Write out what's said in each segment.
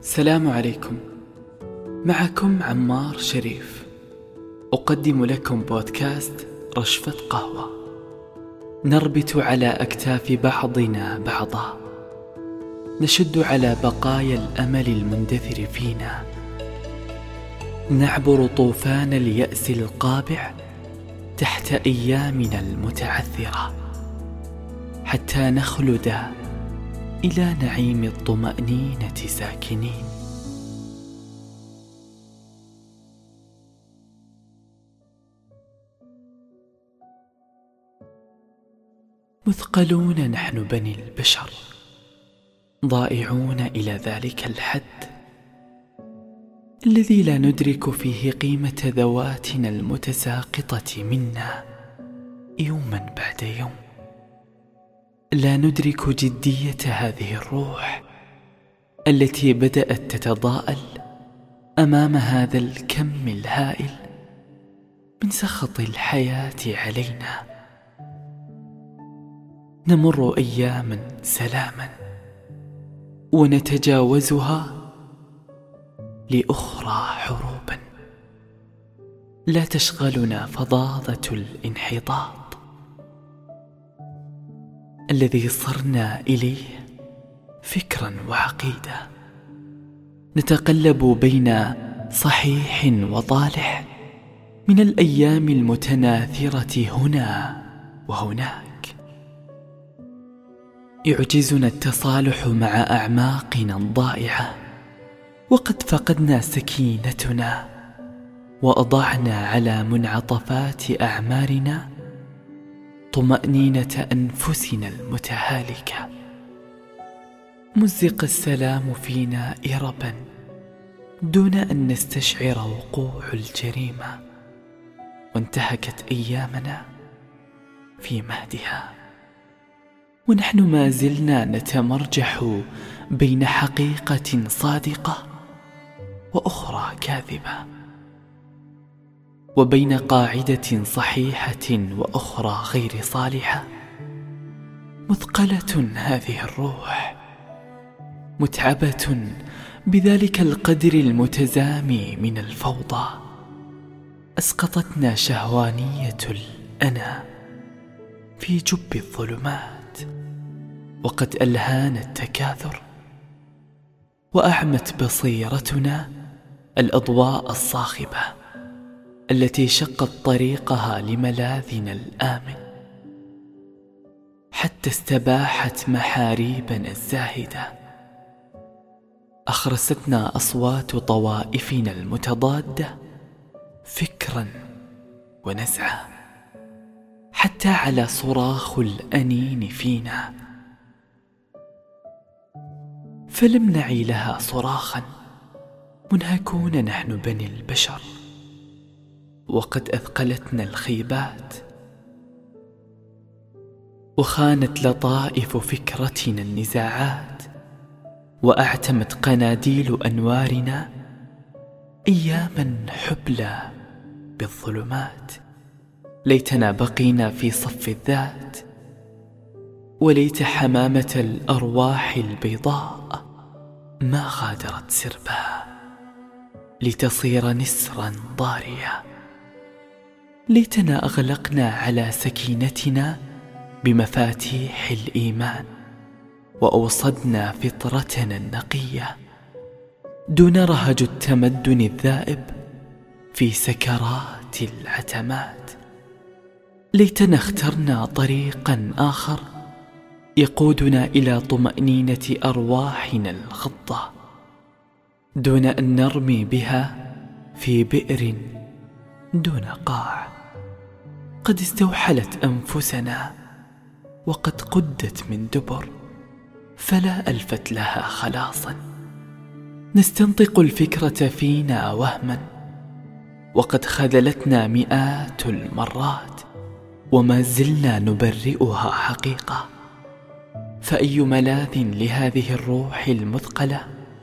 السلام عليكم. معكم عمار شريف، أقدم لكم بودكاست رشفة قهوة. نربت على أكتاف بعضنا بعضا، نشد على بقايا الأمل المندثر فينا، نعبر طوفان اليأس القابع تحت أيامنا المتعثرة، حتى نخلد إلى نعيم الطمأنينة ساكنين. مثقلون نحن بني البشر، ضائعون إلى ذلك الحد الذي لا ندرك فيه قيمة ذواتنا المتساقطة منا يوما بعد يوم. لا ندرك جدية هذه الروح التي بدأت تتضاءل أمام هذا الكم الهائل من سخط الحياة علينا. نمر أياما سلاما ونتجاوزها لأخرى حروبا. لا تشغلنا فظاظة الانحطاط الذي صرنا إليه فكرا وعقيدة. نتقلب بين صحيح وطالح من الأيام المتناثرة هنا وهناك. يعجزنا التصالح مع أعماقنا الضائعة، وقد فقدنا سكينتنا وأضعنا على منعطفات أعمارنا طمأنينة أنفسنا المتهالكة. مزق السلام فينا إربا دون أن نستشعر وقوع الجريمة، وانتهكت أيامنا في مهدها، ونحن ما زلنا نتمرجح بين حقيقة صادقة وأخرى كاذبة، وبين قاعدة صحيحة وأخرى غير صالحة. مثقلة هذه الروح، متعبة بذلك القدر المتزامي من الفوضى. أسقطتنا شهوانية الأنا في جب الظلمات، وقد ألهانا التكاثر، وأعمت بصيرتنا الأضواء الصاخبة التي شقت طريقها لملاذنا الآمن، حتى استباحت محاريبنا الزاهدة. أخرستنا أصوات طوائفنا المتضادة فكرا ونزعا، حتى على صراخ الأنين فينا، فلم نعي لها صراخا. منهكون نحن بني البشر، وقد أثقلتنا الخيبات، وخانت لطائف فكرتنا النزاعات، وأعتمت قناديل أنوارنا أياما حبلى بالظلمات. ليتنا بقينا في صف الذات، وليت حمامة الأرواح البيضاء ما غادرت سربها لتصير نسرا ضارية. ليتنا أغلقنا على سكينتنا بمفاتيح الإيمان، وأوصدنا فطرتنا النقية دون رهج التمدن الذائب في سكرات العتمات. ليتنا اخترنا طريقا آخر يقودنا إلى طمأنينة أرواحنا الغضة، دون أن نرمي بها في بئر دون قاع. قد استوحلت أنفسنا وقد قدت من دبر، فلا ألفت لها خلاصا. نستنطق الفكرة فينا وهما، وقد خذلتنا مئات المرات، وما زلنا نبرئها حقيقة. فأي ملاذ لهذه الروح المثقلة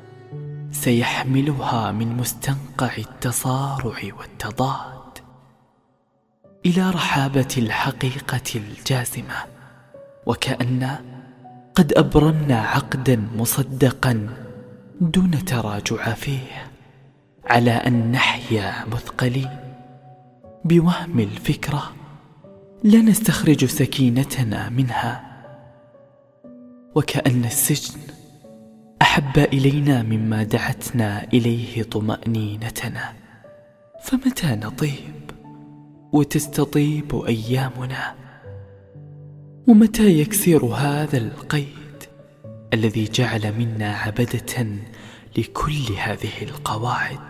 سيحملها من مستنقع التصارع والتضاد إلى رحابة الحقيقة الجازمة، وكأن قد أبرمنا عقدا مصدقا دون تراجع فيه على أن نحيا مثقلين بوهم الفكرة لا نستخرج سكينتنا منها، وكأن السجن أحب إلينا مما دعتنا إليه طمأنينتنا. فمتى نطيب وتستطيب أيامنا؟ ومتى يكسر هذا القيد الذي جعل منا عبدة لكل هذه القواعد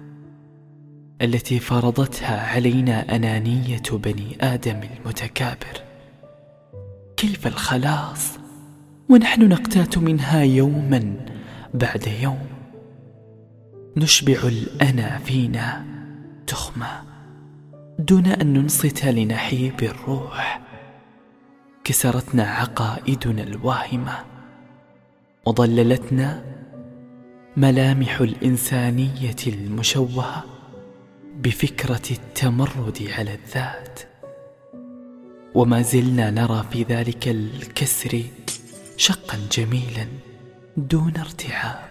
التي فرضتها علينا أنانية بني آدم المتكابر؟ كيف الخلاص ونحن نقتات منها يوما بعد يوم؟ نشبع الأنا فينا تخمة دون أن ننصت لنحيب الروح. كسرتنا عقائدنا الواهمة وضللتنا ملامح الإنسانية المشوهة بفكرة التمرد على الذات، وما زلنا نرى في ذلك الكسر شقا جميلا دون ارتعاب.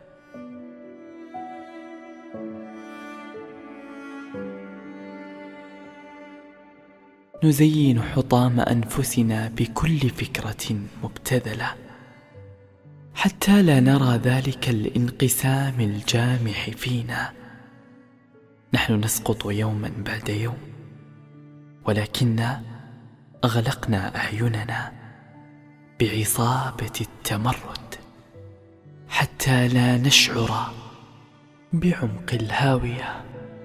نزين حطام أنفسنا بكل فكرة مبتذلة حتى لا نرى ذلك الانقسام الجامح فينا. نحن نسقط يوما بعد يوم، ولكننا أغلقنا أعيننا بعصابة التمرد حتى لا نشعر بعمق الهاوية.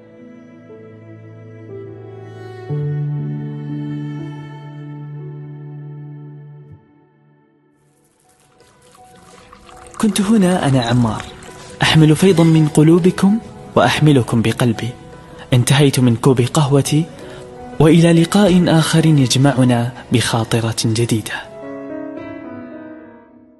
كنت هنا أنا عمار، أحمل فيضا من قلوبكم وأحملكم بقلبي. انتهيت من كوب قهوتي، وإلى لقاء آخر يجمعنا بخاطرة جديدة.